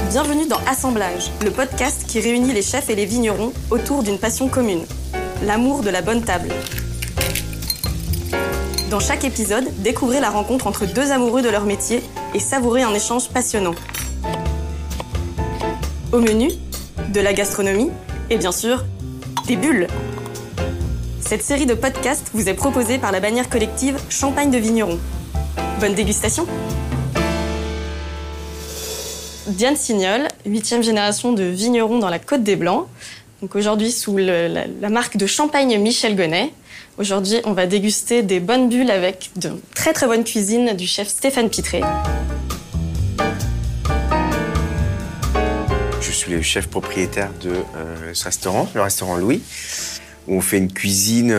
Bienvenue dans Assemblage, le podcast qui réunit les chefs et les vignerons autour d'une passion commune, l'amour de la bonne table. Dans chaque épisode, découvrez la rencontre entre deux amoureux de leur métier et savourez un échange passionnant. Au menu, de la gastronomie et bien sûr, des bulles. Cette série de podcasts vous est proposée par la bannière collective Champagne de Vignerons. Bonne dégustation! Diane Signol, 8e génération de vignerons dans la Côte des Blancs. Donc aujourd'hui sous la marque de champagne Michel Gonnet. Aujourd'hui, on va déguster des bonnes bulles avec de très très bonne cuisine du chef Stéphane Pitré. Je suis le chef propriétaire de ce restaurant, le restaurant Louis, où on fait une cuisine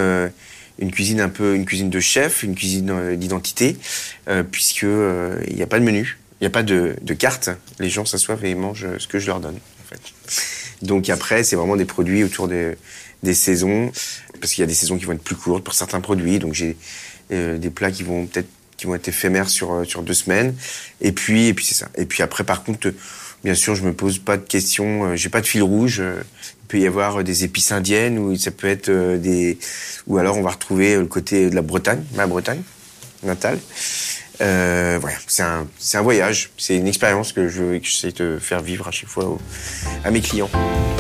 de chef, une cuisine d'identité, puisque il n'y a pas de menu. Il n'y a pas de carte. Les gens s'assoivent et mangent ce que je leur donne, en fait. Donc après, c'est vraiment des produits autour des saisons, parce qu'il y a des saisons qui vont être plus courtes pour certains produits. Donc j'ai des plats qui vont être éphémères sur 2 semaines. Et puis c'est ça. Et puis après, par contre, bien sûr, je me pose pas de questions. J'ai pas de fil rouge. Il peut y avoir des épices indiennes, ou ça peut être ou alors on va retrouver le côté de la Bretagne, ma Bretagne natale. Voilà, c'est un voyage, c'est une expérience que j'essaie de faire vivre à chaque fois à mes clients.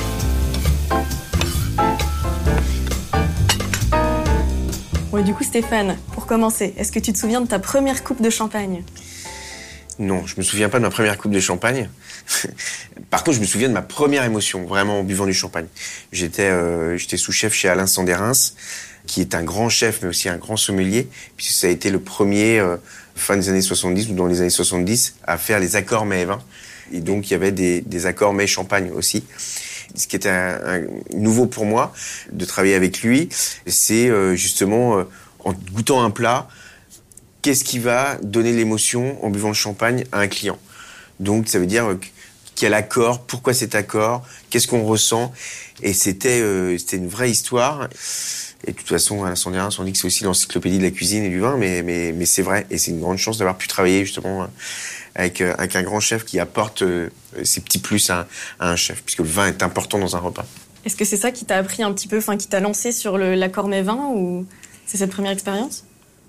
Ouais, du coup, Stéphane, pour commencer, est-ce que tu te souviens de ta première coupe de champagne ? Non, je me souviens pas de ma première coupe de champagne. Par contre, je me souviens de ma première émotion, vraiment, en buvant du champagne. J'étais sous-chef chez Alain Sanderens, qui est un grand chef, mais aussi un grand sommelier, puisque ça a été le premier, fin des années 70 ou dans les années 70, à faire les accords mets-vins. Et donc, il y avait des accords mets-champagne aussi. Ce qui était nouveau pour moi, de travailler avec lui, c'est justement, en goûtant un plat, qu'est-ce qui va donner l'émotion en buvant le champagne à un client. Donc, ça veut dire quel accord, pourquoi cet accord, qu'est-ce qu'on ressent. Et c'était une vraie histoire. Et de toute façon, à l'Assemblage, on dit que c'est aussi l'encyclopédie de la cuisine et du vin, mais c'est vrai. Et c'est une grande chance d'avoir pu travailler justement avec un grand chef qui apporte ses petits plus à un chef, puisque le vin est important dans un repas. Est-ce que c'est ça qui t'a appris un petit peu, qui t'a lancé sur l'accord mets-vin, ou c'est cette première expérience ?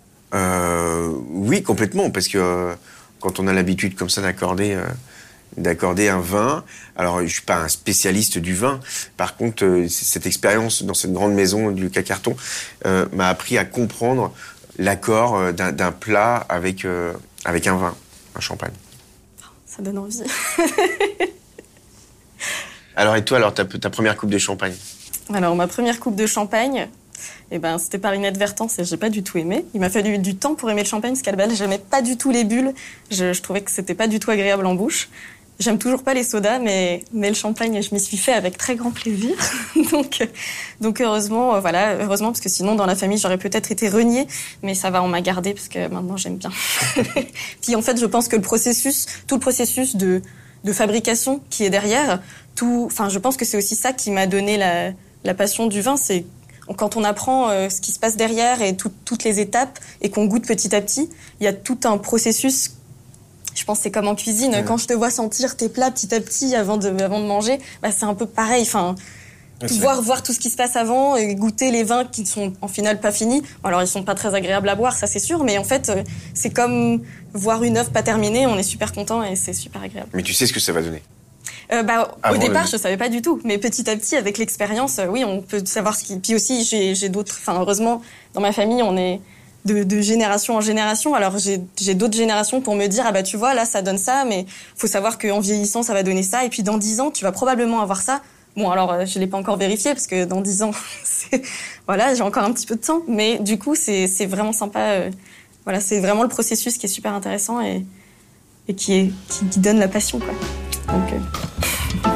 Oui, complètement, parce que quand on a l'habitude comme ça d'accorder un vin. Alors, je suis pas un spécialiste du vin. Par contre, cette expérience dans cette grande maison du CAC Carton m'a appris à comprendre l'accord d'un plat avec un vin, un champagne. Ça donne envie. Alors, et toi, ta première coupe de champagne ? Alors, ma première coupe de champagne, c'était par inadvertance et j'ai pas du tout aimé. Il m'a fallu du temps pour aimer le champagne, parce qu'à la base, j'aimais pas du tout les bulles. Je trouvais que c'était pas du tout agréable en bouche. J'aime toujours pas les sodas, mais le champagne, je m'y suis fait avec très grand plaisir. donc heureusement, heureusement, parce que sinon, dans la famille, j'aurais peut-être été reniée. Mais ça va, on m'a gardée, parce que maintenant, j'aime bien. Puis en fait, je pense que tout le processus de fabrication qui est derrière, je pense que c'est aussi ça qui m'a donné la passion du vin. C'est quand on apprend ce qui se passe derrière et toutes les étapes, et qu'on goûte petit à petit, il y a tout un processus. Je pense que c'est comme en cuisine, quand je te vois sentir tes plats petit à petit avant de manger, c'est un peu pareil. Voir tout ce qui se passe avant, et goûter les vins qui sont en final pas finis. Alors ils sont pas très agréables à boire, ça c'est sûr, mais en fait c'est comme voir une œuvre pas terminée, on est super content et c'est super agréable. Mais tu sais ce que ça va donner ? Au départ, je savais pas du tout, mais petit à petit, avec l'expérience, oui, on peut savoir ce qui. Puis aussi, j'ai d'autres. Heureusement, dans ma famille, on est de génération en génération. Alors j'ai d'autres générations pour me dire tu vois là ça donne ça, mais faut savoir qu'en vieillissant ça va donner ça, et puis dans 10 ans tu vas probablement avoir ça. Bon alors je l'ai pas encore vérifié, parce que dans 10 ans j'ai encore un petit peu de temps, mais du coup c'est vraiment sympa. C'est vraiment le processus qui est super intéressant et qui donne la passion, quoi. Donc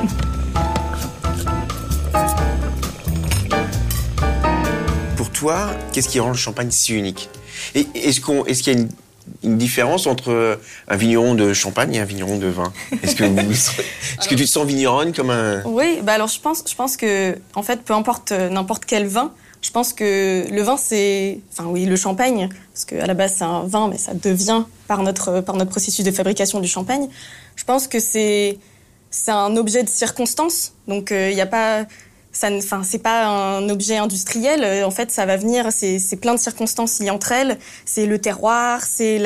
Pour toi, qu'est-ce qui rend le champagne si unique ? Et est-ce qu'il y a une différence entre un vigneron de champagne et un vigneron de vin ? Est-ce que tu te sens vigneronne comme un... Oui, alors je pense que, en fait, peu importe n'importe quel vin, je pense que le vin, le champagne, parce qu'à la base c'est un vin, mais ça devient par notre processus de fabrication du champagne. Je pense que c'est c'est un objet de circonstance, donc il y a pas c'est pas un objet industriel. En fait, ça va venir. C'est plein de circonstances liées entre elles. C'est le terroir, c'est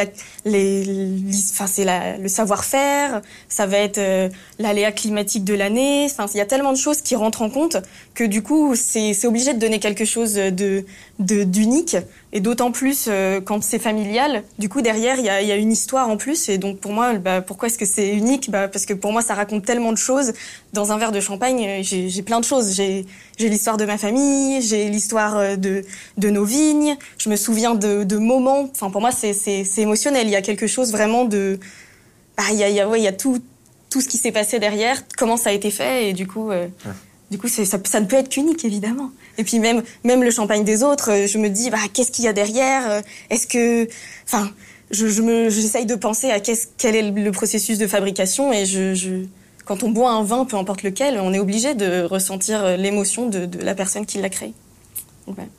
le savoir-faire. Ça va être l'aléa climatique de l'année. Enfin, il y a tellement de choses qui rentrent en compte que du coup, c'est obligé de donner quelque chose d'unique. Et d'autant plus quand c'est familial. Du coup, derrière, il y a une histoire en plus. Et donc, pour moi, pourquoi est-ce que c'est unique ? Parce que pour moi, ça raconte tellement de choses. Dans un verre de champagne, j'ai plein de choses. J'ai l'histoire de ma famille, j'ai l'histoire de nos vignes. Je me souviens de moments. Enfin, pour moi, c'est émotionnel. Il y a quelque chose vraiment de. Il y a tout ce qui s'est passé derrière, comment ça a été fait, et du coup. Du coup, ça ne peut être qu'unique, évidemment. Et puis même le champagne des autres, je me dis, qu'est-ce qu'il y a derrière ? Est-ce que, enfin, j'essaye de penser à quel est le processus de fabrication, et quand on boit un vin, peu importe lequel, on est obligé de ressentir l'émotion de la personne qui l'a créé. Donc, ouais.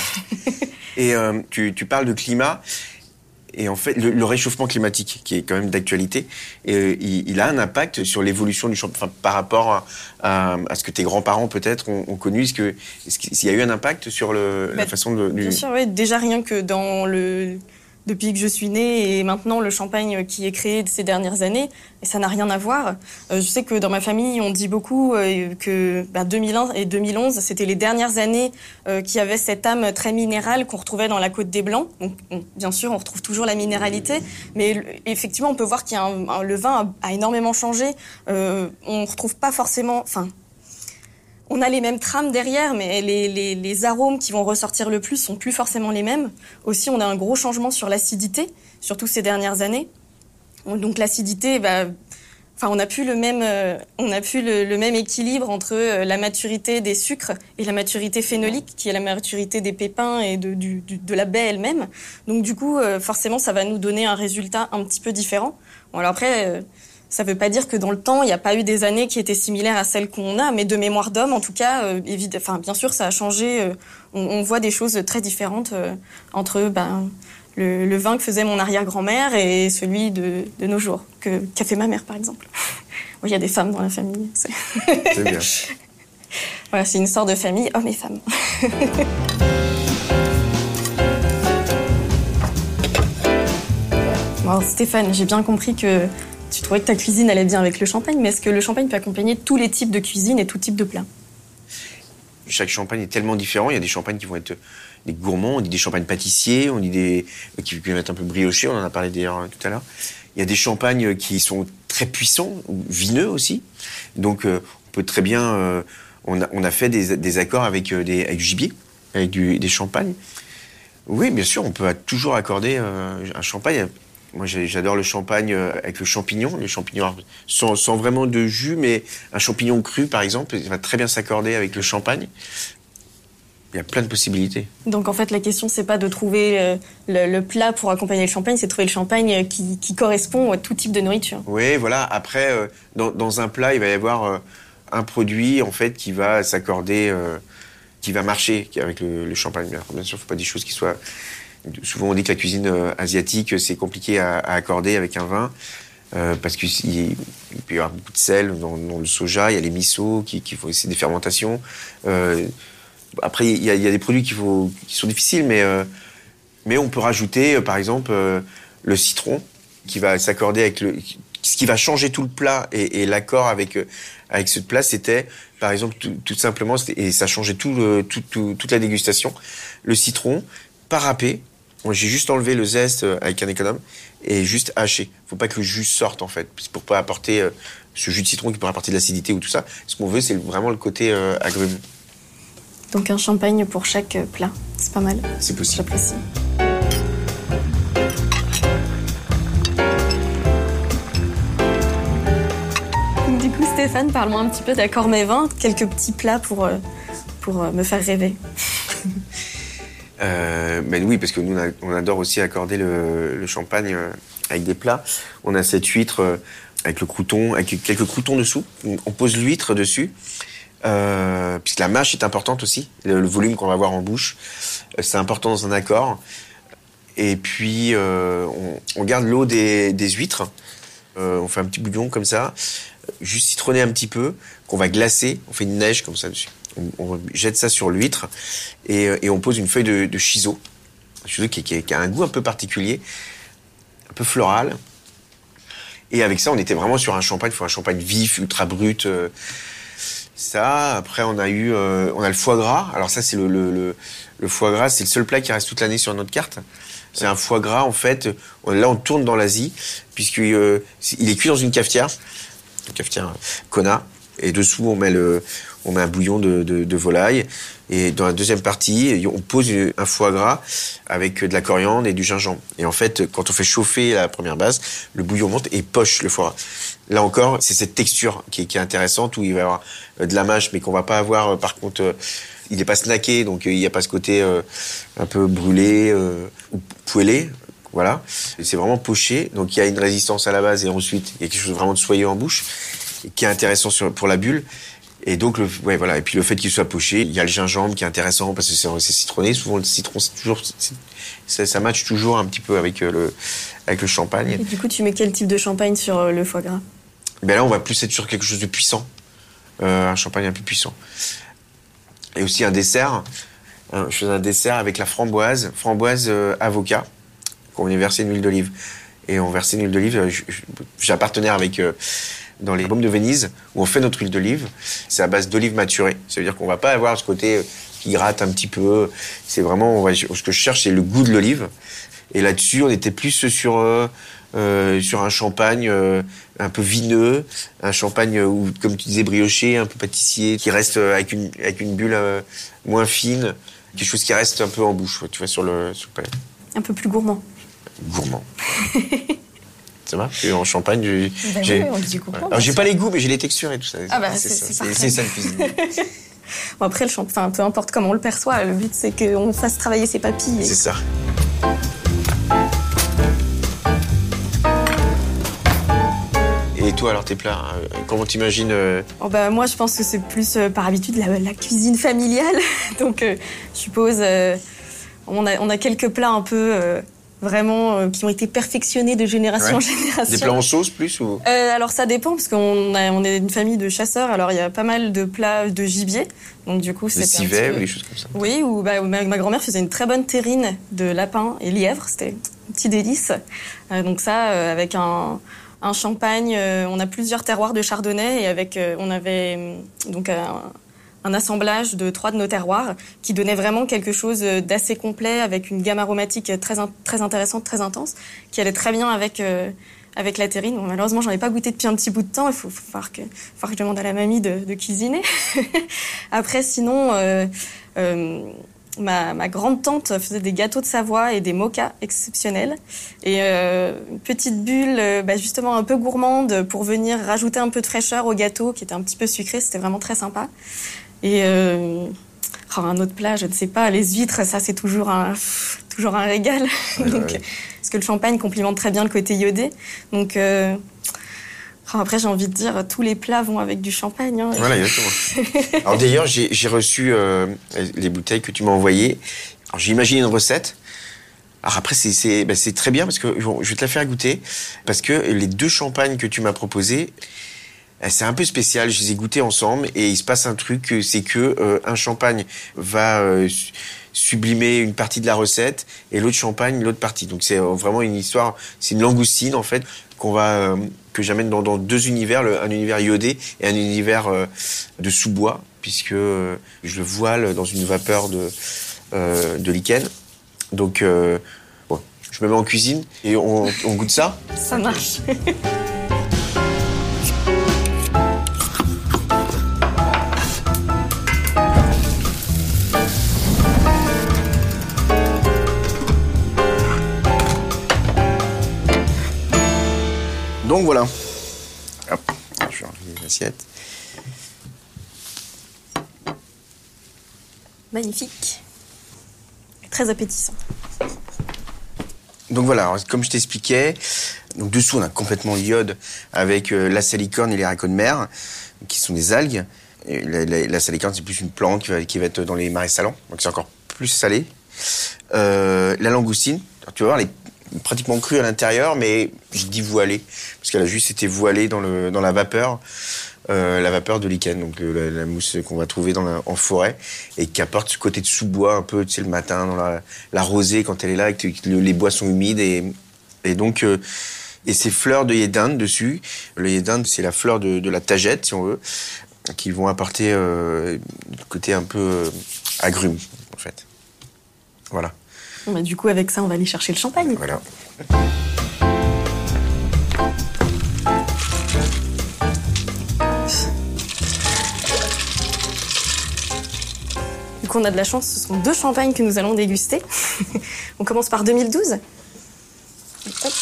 Et tu parles de climat. Et en fait, le réchauffement climatique, qui est quand même d'actualité, il a un impact sur l'évolution du champagne, par rapport à ce que tes grands-parents peut-être ont connu. S'il y a eu un impact sur la façon de... Bien sûr, oui. Déjà rien que depuis que je suis née et maintenant le champagne qui est créé ces dernières années, et ça n'a rien à voir. Je sais que dans ma famille, on dit beaucoup que 2001 et 2011, c'était les dernières années qui avaient cette âme très minérale qu'on retrouvait dans la Côte des Blancs. Donc, bien sûr, on retrouve toujours la minéralité, mais effectivement, on peut voir qu'il y a le vin a énormément changé. On retrouve pas forcément... Enfin, on a les mêmes trames derrière, mais les arômes qui vont ressortir le plus sont plus forcément les mêmes. Aussi, on a un gros changement sur l'acidité, surtout ces dernières années. Donc l'acidité, on n'a plus le même équilibre entre la maturité des sucres et la maturité phénolique, qui est la maturité des pépins et de la baie elle-même. Donc du coup, forcément, ça va nous donner un résultat un petit peu différent. Bon, alors après... ça ne veut pas dire que dans le temps, il n'y a pas eu des années qui étaient similaires à celles qu'on a, mais de mémoire d'homme, en tout cas, bien sûr, ça a changé. On voit des choses très différentes entre le vin que faisait mon arrière-grand-mère et celui de nos jours, qu'a fait ma mère, par exemple. Il y a des femmes dans la famille. C'est bien. Voilà, c'est une histoire de famille, hommes et femmes. Bon, Stéphane, j'ai bien compris que tu trouvais que ta cuisine allait bien avec le champagne, mais est-ce que le champagne peut accompagner tous les types de cuisine et tout type de plats ? Chaque champagne est tellement différent. Il y a des champagnes qui vont être des gourmands, on dit des champagnes pâtissiers, on dit qui vont être un peu briochés, on en a parlé d'ailleurs tout à l'heure. Il y a des champagnes qui sont très puissants, vineux aussi. Donc on peut très bien... on a fait des accords avec du gibier, avec des champagnes. Oui, bien sûr, on peut toujours accorder un champagne. Moi, j'adore le champagne avec le champignon sans vraiment de jus, mais un champignon cru, par exemple, il va très bien s'accorder avec le champagne. Il y a plein de possibilités. Donc, en fait, la question, c'est pas de trouver le plat pour accompagner le champagne, c'est de trouver le champagne qui correspond à tout type de nourriture. Oui, voilà. Après, dans un plat, il va y avoir un produit, en fait, qui va s'accorder, qui va marcher avec le champagne. Bien sûr, il ne faut pas des choses qui soient... Souvent, on dit que la cuisine asiatique, c'est compliqué à accorder avec un vin, parce qu'il peut y avoir beaucoup de sel dans le soja, il y a les misos c'est des fermentations. Après, il y a des produits qui sont difficiles, mais on peut rajouter, par exemple, le citron, qui va s'accorder avec ce qui va changer tout le plat et l'accord avec ce plat, c'était, par exemple, tout simplement, et ça changeait toute la dégustation, le citron, pas râpé. Moi, j'ai juste enlevé le zeste avec un économe et juste haché. Faut pas que le jus sorte, en fait, pour pas apporter ce jus de citron qui pourrait apporter de l'acidité ou tout ça. Ce qu'on veut, c'est vraiment le côté agrume. Donc un champagne pour chaque plat, c'est pas mal. C'est possible. J'apprécie. Du coup, Stéphane, parle-moi un petit peu d'accord mes vins, quelques petits plats pour me faire rêver. Oui, parce que nous, on adore aussi accorder le champagne avec des plats. On a cette huître avec le crouton, avec quelques croutons dessous. On pose l'huître dessus, puisque la mâche est importante aussi, le volume qu'on va avoir en bouche. C'est important dans un accord. Et puis, on garde l'eau des huîtres. On fait un petit bouillon comme ça, juste citronner un petit peu, qu'on va glacer. On fait une neige comme ça dessus. On jette ça sur l'huître et on pose une feuille de shiso. Un shiso qui a un goût un peu particulier, un peu floral. Et avec ça, on était vraiment sur un champagne, un champagne vif, ultra brut. Ça, après on a le foie gras. Alors ça, c'est le foie gras, c'est le seul plat qui reste toute l'année sur notre carte. C'est un foie gras, en fait. Là, on tourne dans l'Asie, puisqu'il est cuit dans une cafetière Kona. Et dessous, on met un bouillon de volaille. Et dans la deuxième partie, on pose un foie gras avec de la coriandre et du gingembre. Et en fait, quand on fait chauffer la première base, le bouillon monte et poche le foie gras. Là encore, c'est cette texture qui est intéressante, où il va y avoir de la mâche, mais qu'on va pas avoir, par contre, il n'est pas snacké, donc il n'y a pas ce côté un peu brûlé ou poêlé. Voilà. Et c'est vraiment poché, donc il y a une résistance à la base, et ensuite, il y a quelque chose vraiment de soyeux en bouche, qui est intéressant pour la bulle. Et donc, voilà. Et puis le fait qu'il soit poché, il y a le gingembre qui est intéressant parce que c'est citronné. Souvent, le citron, ça matche toujours un petit peu avec le champagne. Et du coup, tu mets quel type de champagne sur le foie gras? Ben là, on va plus être sur quelque chose de puissant. Un champagne un peu puissant. Et aussi un dessert. Je fais un dessert avec la framboise avocat, qu'on vient verser une huile d'olive. Et on versait une huile d'olive. J'ai un partenaire dans les baumes de Venise, où on fait notre huile d'olive. C'est à base d'olive maturée. Ça veut dire qu'on va pas avoir ce côté qui gratte un petit peu. C'est vraiment, ce que je cherche, c'est le goût de l'olive. Et là-dessus, on était plus sur un champagne un peu vineux, un champagne où, comme tu disais, brioché, un peu pâtissier, qui reste avec une bulle moins fine, quelque chose qui reste un peu en bouche, tu vois, sur le palais. Un peu plus gourmand. Gourmand. Ça va? En champagne, oui, on dit gourmand. Alors, j'ai pas les goûts, mais j'ai les textures et tout ça. Ah bah, c'est ça le cuisine. Bon, après, peu importe comment on le perçoit, le but, c'est qu'on fasse travailler ses papilles. C'est ça. Et toi, alors, tes plats, comment t'imagines Moi, je pense que c'est plus, par habitude, la cuisine familiale. Donc, je suppose, on a quelques plats un peu... vraiment qui ont été perfectionnés de génération en génération. Des plats en sauce plus ou Alors ça dépend parce qu'on est une famille de chasseurs, alors il y a pas mal de plats de gibier. Donc du coup des civets ou des choses comme ça. Oui, ou ma grand-mère faisait une très bonne terrine de lapin et lièvre, c'était un petit délice. Donc ça avec un champagne, on a plusieurs terroirs de chardonnay et avec on avait donc un assemblage de 3 de nos terroirs qui donnait vraiment quelque chose d'assez complet avec une gamme aromatique très intéressante, très intense, qui allait très bien avec la terrine. Bon, malheureusement, j'en ai pas goûté depuis un petit bout de temps. Il faut falloir que je demande à la mamie de cuisiner. Après, sinon, ma grande-tante faisait des gâteaux de Savoie et des mokas exceptionnels. Et une petite bulle, justement un peu gourmande pour venir rajouter un peu de fraîcheur au gâteau qui était un petit peu sucré. C'était vraiment très sympa. Et un autre plat, je ne sais pas, les huîtres, ça c'est toujours un régal. Ouais, Donc, ouais. Parce que le champagne complimente très bien le côté iodé. Donc après, j'ai envie de dire, tous les plats vont avec du champagne. Hein. Voilà, exactement. Alors d'ailleurs, j'ai reçu les bouteilles que tu m'as envoyées. Alors j'ai imaginé une recette. Alors après, c'est très bien parce que je vais te la faire goûter. Parce que les 2 champagnes que tu m'as proposés, c'est un peu spécial, je les ai goûtés ensemble et il se passe un truc, c'est que un champagne va sublimer une partie de la recette et l'autre champagne, l'autre partie. Donc c'est vraiment une histoire, c'est une langoustine en fait que j'amène dans 2 univers, un univers iodé et un univers de sous-bois, puisque je le voile dans une vapeur de lichen. Donc je me mets en cuisine et on goûte ça. Ça marche. Donc voilà. Hop, je vais enlever l'assiette. Magnifique. Très appétissant. Donc voilà, alors, comme je t'expliquais, donc dessous on a complètement l'iode avec la salicorne et les haricots de mer, qui sont des algues. Et la salicorne, c'est plus une plante qui va être dans les marais salants, donc c'est encore plus salé. La langoustine, alors, tu vas voir, pratiquement cru à l'intérieur, mais je dis voilé, parce qu'elle a juste été voilée dans la vapeur de lichen, donc la mousse qu'on va trouver en forêt, et qui apporte ce côté de sous-bois un peu, tu sais, le matin, dans la rosée, quand elle est là, et que les bois sont humides, et donc... et ces fleurs d'œillet d'Inde dessus. L'œillet d'Inde, c'est la fleur de la tagette, si on veut, qui vont apporter le côté un peu agrume, en fait. Voilà. Bah, du coup, avec ça, on va aller chercher le champagne. Voilà. Du coup, on a de la chance, ce sont 2 champagnes que nous allons déguster. On commence par 2012. Hop.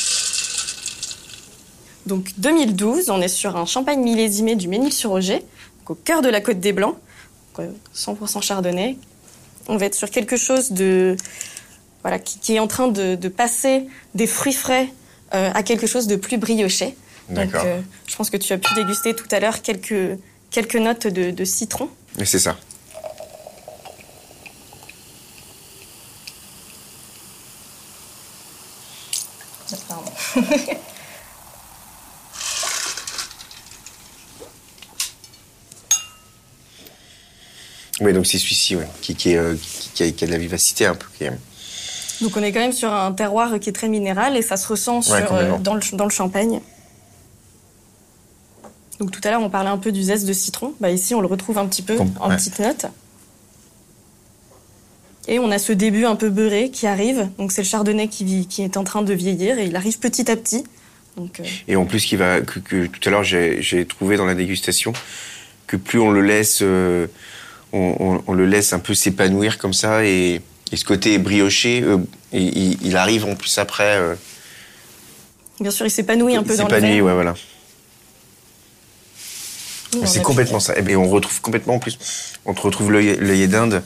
Donc 2012, on est sur un champagne millésimé du Mesnil-sur-Oger, au cœur de la Côte des Blancs, 100% chardonnay. On va être sur quelque chose qui est en train de passer des fruits frais à quelque chose de plus brioché. D'accord. Donc je pense que tu as pu déguster tout à l'heure quelques notes de citron. Et c'est ça. Oui, donc c'est celui-ci, ouais, qui a de la vivacité un peu. Donc on est quand même sur un terroir qui est très minéral et ça se ressent dans le champagne. Donc tout à l'heure on parlait un peu du zeste de citron. Bah, ici on le retrouve un petit peu en petites notes. Et on a ce début un peu beurré qui arrive. Donc c'est le chardonnay qui est en train de vieillir et il arrive petit à petit. Donc, Et en plus que tout à l'heure j'ai trouvé dans la dégustation que plus on le laisse... On le laisse un peu s'épanouir comme ça et ce côté brioché, il arrive en plus après. Bien sûr, il s'épanouit un peu dans le verre. S'épanouit, ouais, voilà. C'est complètement ça. Et on retrouve complètement en plus. On retrouve l'œillet d'Inde.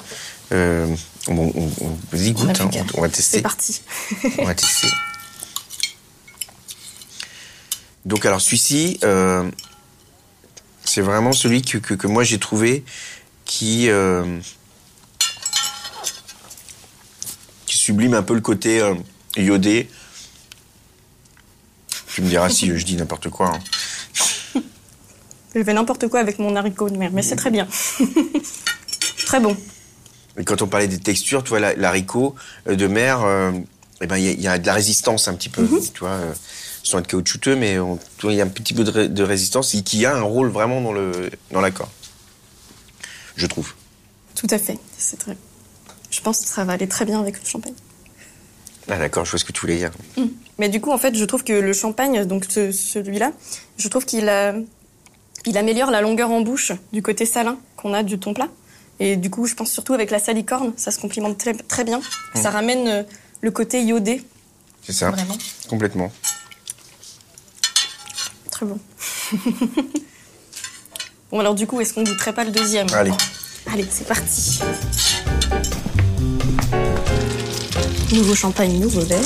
Vas-y, goûte, on va tester. C'est parti. On va tester. Donc alors celui-ci, c'est vraiment celui que moi j'ai trouvé qui sublime un peu le côté iodé. Tu me diras si je dis n'importe quoi. Hein. Je fais n'importe quoi avec mon haricot de mer, mais c'est très bien. Très bon. Et quand on parlait des textures, tu vois, l'haricot de mer, il y a de la résistance un petit peu. Tu vois, sans être caoutchouteux, mais il y a un petit peu de résistance et qui a un rôle vraiment dans l'accord. Je trouve. Tout à fait. Je pense que ça va aller très bien avec le champagne. Ah d'accord, je vois ce que tu voulais dire. Mais du coup, en fait, je trouve que le champagne, donc celui-là, je trouve qu'il améliore la longueur en bouche du côté salin qu'on a du ton plat. Et du coup, je pense surtout avec la salicorne, ça se complimente très, très bien. Ça ramène le côté iodé. C'est ça. Vraiment. Complètement. Très bon. Bon, alors du coup, est-ce qu'on goûterait pas le deuxième ? Allez, c'est parti. Nouveau champagne, nouveau verre.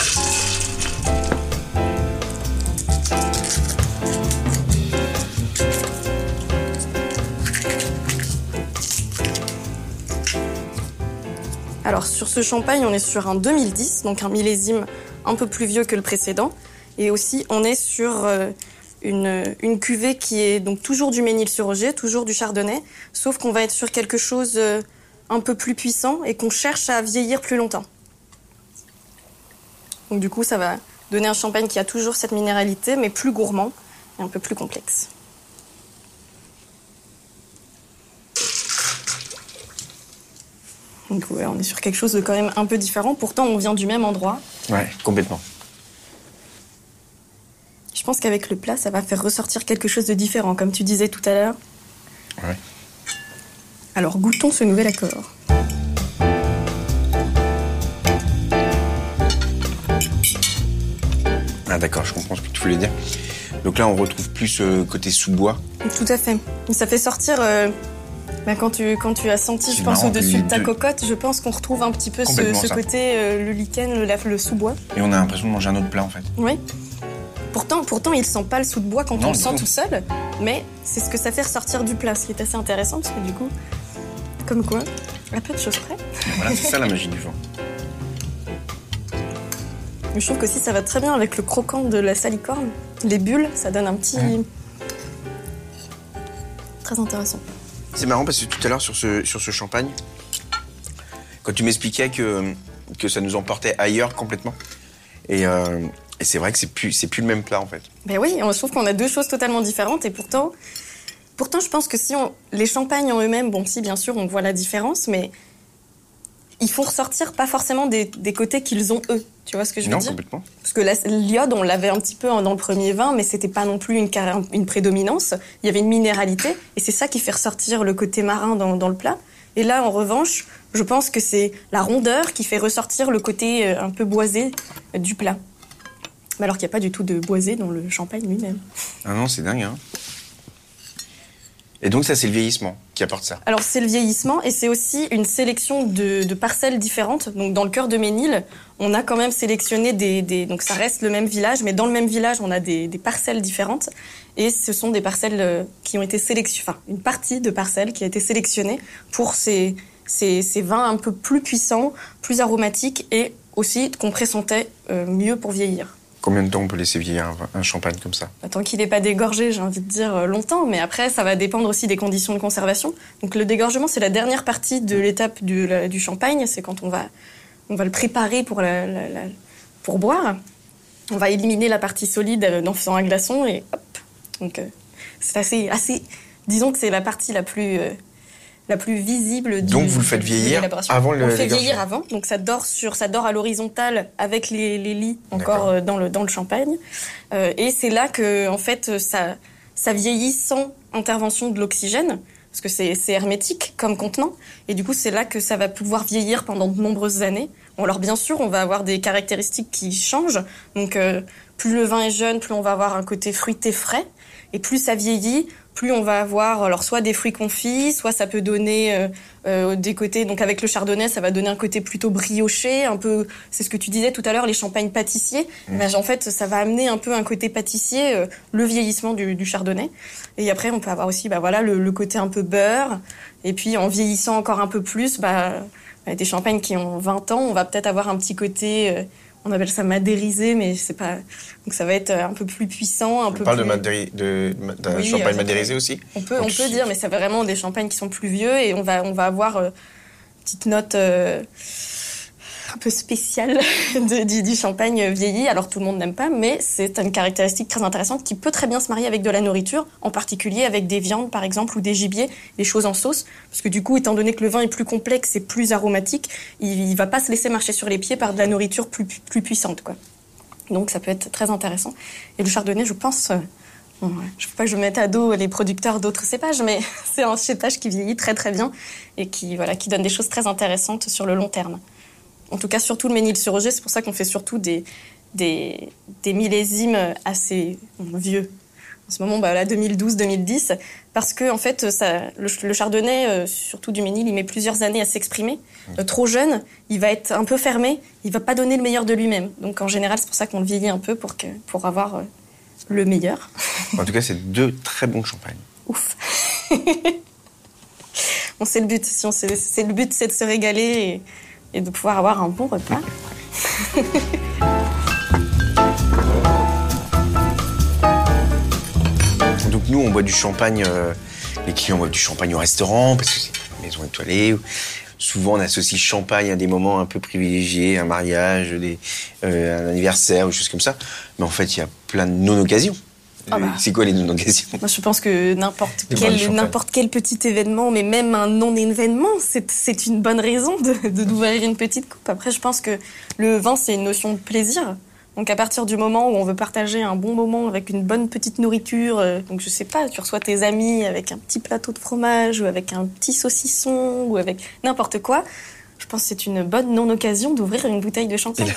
Alors, sur ce champagne, on est sur un 2010, donc un millésime un peu plus vieux que le précédent. Et aussi, on est sur une cuvée qui est donc toujours du Mesnil-sur-Oger, toujours du chardonnay, sauf qu'on va être sur quelque chose un peu plus puissant et qu'on cherche à vieillir plus longtemps. Donc du coup, ça va donner un champagne qui a toujours cette minéralité, mais plus gourmand et un peu plus complexe. Donc ouais, on est sur quelque chose de quand même un peu différent. Pourtant, on vient du même endroit. Ouais, complètement. Je pense qu'avec le plat, ça va faire ressortir quelque chose de différent, comme tu disais tout à l'heure. Ouais. Alors, goûtons ce nouvel accord. Ah d'accord, je comprends ce que tu voulais dire. Donc là, on retrouve plus côté sous-bois. Tout à fait. Ça fait sortir... quand tu as senti, je pense, au-dessus de ta cocotte, je pense qu'on retrouve un petit peu ce côté, le lichen, le sous-bois. Et on a l'impression de manger un autre plat, en fait. Oui. Pourtant, il sent pas le sous-bois quand on le sent tout seul, mais c'est ce que ça fait ressortir du plat, ce qui est assez intéressant, parce que du coup, comme quoi, à peu de choses près. Voilà, c'est ça la magie du vin. Mais je trouve qu'aussi ça va très bien avec le croquant de la salicorne. Les bulles, ça donne un petit... Très intéressant. C'est marrant parce que tout à l'heure, sur ce champagne, quand tu m'expliquais que ça nous emportait ailleurs complètement, et c'est vrai que c'est plus le même plat, en fait. Ben oui, je trouve qu'on a deux choses totalement différentes, et pourtant je pense que les champagnes en eux-mêmes, bon, si, bien sûr, on voit la différence, mais ils font ressortir pas forcément des côtés qu'ils ont eux. Tu vois ce que je veux dire ? Non, complètement. Parce que l'iode, on l'avait un petit peu dans le premier vin, mais c'était pas non plus une prédominance. Il y avait une minéralité, et c'est ça qui fait ressortir le côté marin dans le plat. Et là, en revanche, je pense que c'est la rondeur qui fait ressortir le côté un peu boisé du plat. Mais alors qu'il n'y a pas du tout de boisé dans le champagne lui-même. Ah non, c'est dingue, hein. Et donc ça, c'est le vieillissement qui apporte ça. Alors c'est le vieillissement et c'est aussi une sélection de parcelles différentes. Donc dans le cœur de Ménil, on a quand même sélectionné donc ça reste le même village, mais dans le même village, on a des parcelles différentes. Et ce sont des parcelles qui ont été sélectionnées, enfin une partie de parcelles qui a été sélectionnée pour ces vins un peu plus puissants, plus aromatiques et aussi qu'on pressentait mieux pour vieillir. Combien de temps on peut laisser vieillir un champagne comme ça ? Tant qu'il n'est pas dégorgé, j'ai envie de dire longtemps, mais après, ça va dépendre aussi des conditions de conservation. Donc le dégorgement, c'est la dernière partie de l'étape du champagne, c'est quand on va le préparer pour boire. On va éliminer la partie solide en faisant un glaçon et hop. Donc c'est assez... Disons que c'est la partie la plus visible donc vous le faites vieillir avant le dégorgement. On le fait vieillir avant, donc ça dort à l'horizontale avec les lits encore dans le champagne. Et c'est là que en fait ça vieillit sans intervention de l'oxygène, parce que c'est hermétique comme contenant. Et du coup c'est là que ça va pouvoir vieillir pendant de nombreuses années. Alors bien sûr on va avoir des caractéristiques qui changent. Donc plus le vin est jeune, plus on va avoir un côté fruité frais, et plus ça vieillit, plus on va avoir alors soit des fruits confits, soit ça peut donner des côtés, donc avec le chardonnay, ça va donner un côté plutôt brioché, un peu, c'est ce que tu disais tout à l'heure, les champagnes pâtissiers. Ben, en fait, ça va amener un peu un côté pâtissier, le vieillissement du chardonnay. Et après, on peut avoir aussi le côté un peu beurre. Et puis, en vieillissant encore un peu plus, des champagnes qui ont 20 ans, on va peut-être avoir un petit côté... on appelle ça madérisé, mais c'est pas. Donc ça va être un peu plus puissant, on parle d'un champagne madérisé aussi. On peut dire, mais c'est vraiment des champagnes qui sont plus vieux et on va avoir une petite note un peu spéciale du champagne vieilli. Alors tout le monde n'aime pas, mais c'est une caractéristique très intéressante qui peut très bien se marier avec de la nourriture, en particulier avec des viandes par exemple ou des gibiers, des choses en sauce, parce que du coup, étant donné que le vin est plus complexe et plus aromatique, il va pas se laisser marcher sur les pieds par de la nourriture plus puissante, quoi. Donc ça peut être très intéressant. Et le chardonnay, je pense, je ne veux pas que je mette à dos les producteurs d'autres cépages, mais c'est un cépage qui vieillit très très bien et qui donne des choses très intéressantes sur le long terme. En tout cas, surtout le Ménil-sur-Oger, c'est pour ça qu'on fait surtout des millésimes assez vieux. En ce moment, 2012-2010, parce que en fait, le chardonnay, surtout du Ménil, il met plusieurs années à s'exprimer. Trop jeune, il va être un peu fermé, il va pas donner le meilleur de lui-même. Donc en général, c'est pour ça qu'on le vieillit un peu pour avoir le meilleur. En tout cas, c'est deux très bons champagnes. Ouf. Bon, c'est le but. C'est le but, c'est de se régaler et de pouvoir avoir un bon repas. Donc nous, on boit du champagne, les clients boivent du champagne au restaurant, parce que c'est une maison étoilée. Souvent, on associe champagne à des moments un peu privilégiés, un mariage, un anniversaire ou des choses comme ça. Mais en fait, il y a plein de non-occasions. C'est quoi les non-occasions ? Moi, je pense que n'importe quel petit événement, mais même un non-événement, c'est une bonne raison d'ouvrir une petite coupe. Après, je pense que le vin, c'est une notion de plaisir. Donc, à partir du moment où on veut partager un bon moment avec une bonne petite nourriture, donc je sais pas, tu reçois tes amis avec un petit plateau de fromage ou avec un petit saucisson ou avec n'importe quoi, je pense que c'est une bonne non-occasion d'ouvrir une bouteille de champagne.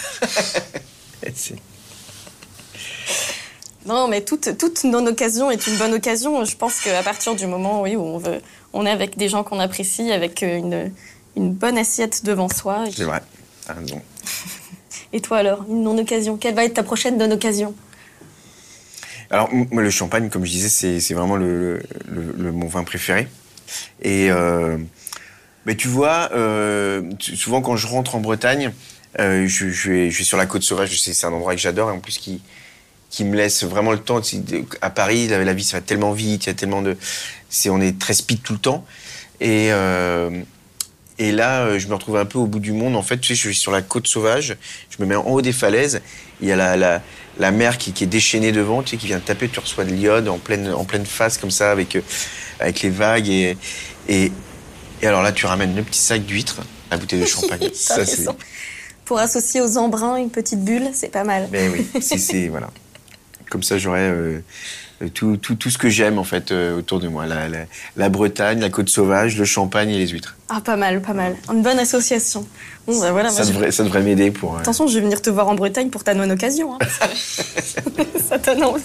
Non, mais toute non-occasion est une bonne occasion. Je pense qu'à partir du moment où on est avec des gens qu'on apprécie, avec une bonne assiette devant soi. C'est vrai, t'as raison. Et toi alors, une non-occasion, quelle va être ta prochaine non-occasion ? Alors, moi, le champagne, comme je disais, c'est vraiment mon vin préféré. Et mais tu vois, souvent quand je rentre en Bretagne, Je vais sur la Côte Sauvage, c'est un endroit que j'adore et en plus qui me laisse vraiment le temps. À Paris, la vie ça va tellement vite, il y a tellement on est très speed tout le temps et là, je me retrouve un peu au bout du monde. En fait, tu sais, je suis sur la Côte Sauvage, je me mets en haut des falaises, il y a la mer qui est déchaînée devant, tu sais, qui vient te taper, tu reçois de l'iode en pleine face comme ça avec les vagues et alors là, tu ramènes le petit sac d'huîtres, la bouteille de champagne. Ça, c'est... Pour associer aux embruns une petite bulle, c'est pas mal. Mais oui, c'est voilà. Comme ça, j'aurais tout ce que j'aime en fait autour de moi. La Bretagne, la Côte Sauvage, le champagne et les huîtres. Ah, pas mal. Une bonne association. Bon, bah voilà. Ça devrait m'aider pour... Attention, je vais venir te voir en Bretagne pour ta non-occasion. Hein, ça donne envie.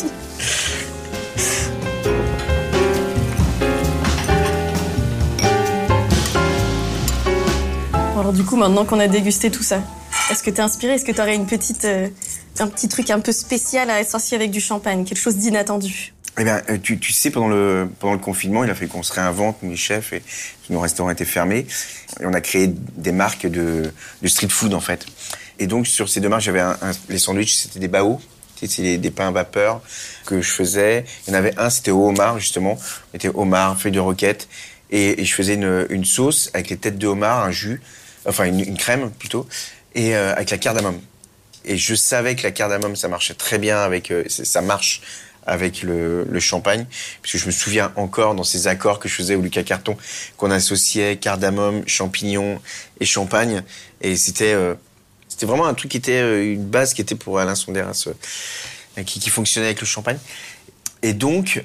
Alors du coup, maintenant qu'on a dégusté tout ça, est-ce que t'es inspiré? Est-ce que t'aurais un petit truc un peu spécial à associer avec du champagne, quelque chose d'inattendu? Eh bien, tu sais, pendant le confinement, il a fallu qu'on se réinvente, nous les chefs, et nos restaurants étaient fermés. Et on a créé des marques de street food, en fait. Et donc, sur ces deux marques, j'avais les sandwichs, c'était des bao, c'est des pains à vapeur que je faisais. Il y en avait un, c'était au homard, justement. C'était homard, feuilles de roquette. Et je faisais une sauce avec les têtes de homard, un jus, enfin une crème, plutôt, et avec la cardamome. Et je savais que la cardamome, ça marchait très bien ça marche avec le champagne, puisque je me souviens encore dans ces accords que je faisais au Lucas Carton, qu'on associait cardamome, champignons et champagne. Et c'était vraiment un truc qui était une base qui était pour Alain Sonderas, qui fonctionnait avec le champagne. Et donc,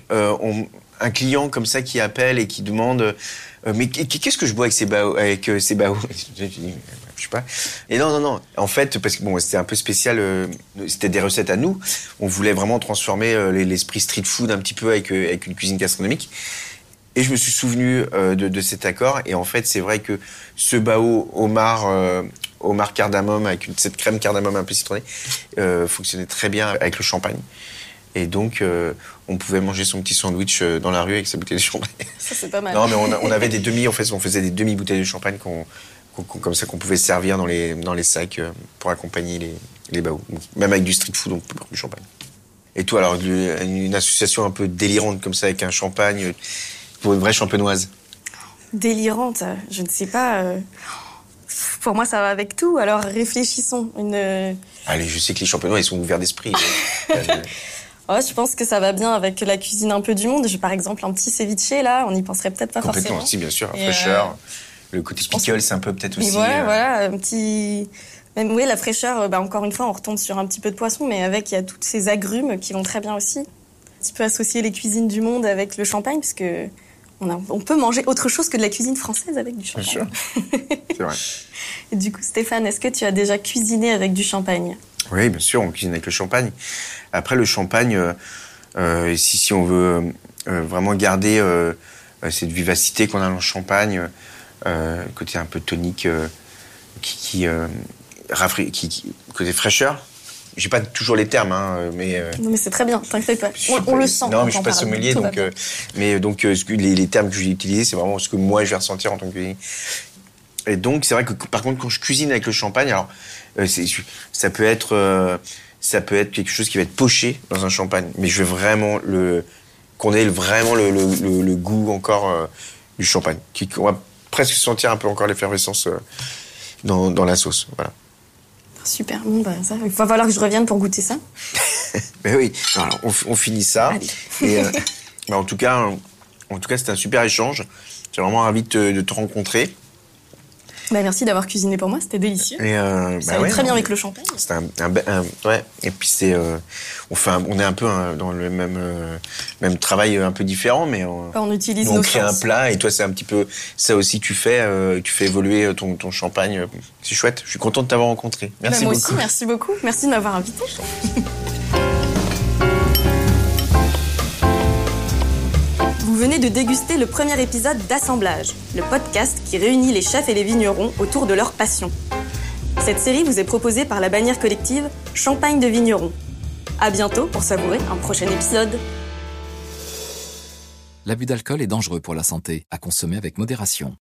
un client comme ça qui appelle et qui demande mais qu'est-ce que je bois avec ces bao je dis, je sais pas. Et non. En fait, parce que bon, c'était un peu spécial. C'était des recettes à nous. On voulait vraiment transformer l'esprit street food un petit peu avec une cuisine gastronomique. Et je me suis souvenu de cet accord. Et en fait, c'est vrai que ce bao homard cardamome avec cette crème cardamome un peu citronnée fonctionnait très bien avec le champagne. Et donc, on pouvait manger son petit sandwich dans la rue avec sa bouteille de champagne. Ça, c'est pas mal. Non, mais on avait des demi, en fait, on faisait des demi-bouteilles de champagne comme ça qu'on pouvait servir dans les sacs pour accompagner les baos. Même avec du street food, on peut prendre du champagne. Et toi, alors, une association un peu délirante comme ça avec un champagne pour une vraie champenoise? Délirante, je ne sais pas. Pour moi, ça va avec tout. Alors, réfléchissons. Allez, je sais que les champenois, ils sont ouverts d'esprit. Ouais, je pense que ça va bien avec la cuisine un peu du monde. J'ai par exemple un petit ceviche là, on n'y penserait peut-être pas complètement, forcément. Si, bien sûr, la fraîcheur, le côté pickle, c'est un peu peut-être aussi. Ouais, voilà, un petit. Même, oui, la fraîcheur, encore une fois, on retombe sur un petit peu de poisson, mais avec, il y a toutes ces agrumes qui vont très bien aussi. Un petit peu associer les cuisines du monde avec le champagne, parce que on peut manger autre chose que de la cuisine française avec du champagne. Bien sûr, c'est vrai. Et du coup, Stéphane, est-ce que tu as déjà cuisiné avec du champagne? Oui, bien sûr, on cuisine avec le champagne. Après, le champagne, si on veut vraiment garder cette vivacité qu'on a dans le champagne, côté un peu tonique, côté fraîcheur. J'ai pas toujours les termes, hein, mais. Non, mais c'est très bien, t'inquiète pas. On le sent. Non, mais je suis pas sommelier, donc les termes que j'ai utilisés, c'est vraiment ce que moi je vais ressentir en tant que cuisinier. Et donc, c'est vrai que par contre, quand je cuisine avec le champagne, alors ça peut être quelque chose qui va être poché dans un champagne, mais je veux vraiment qu'on ait vraiment le goût encore du champagne, qu'on va presque sentir un peu encore l'effervescence dans la sauce, voilà. Super, bon ça, il va falloir que je revienne pour goûter ça. Mais oui, alors on finit ça. Et en tout cas, c'était un super échange. J'ai vraiment ravi de te rencontrer. Merci d'avoir cuisiné pour moi, c'était délicieux. Et ça allait très bien avec le champagne. C'était ouais. Et puis on est un peu dans le même travail un peu différent, mais on utilise on crée un plat. Et toi, c'est un petit peu ça aussi. Tu fais évoluer ton champagne. C'est chouette. Je suis content de t'avoir rencontré. Merci beaucoup. Moi aussi, merci beaucoup. Merci de m'avoir invité. Vous venez de déguster le premier épisode d'Assemblage, le podcast qui réunit les chefs et les vignerons autour de leur passion. Cette série vous est proposée par la bannière collective Champagne de Vignerons. À bientôt pour savourer un prochain épisode. L'abus d'alcool est dangereux pour la santé, à consommer avec modération.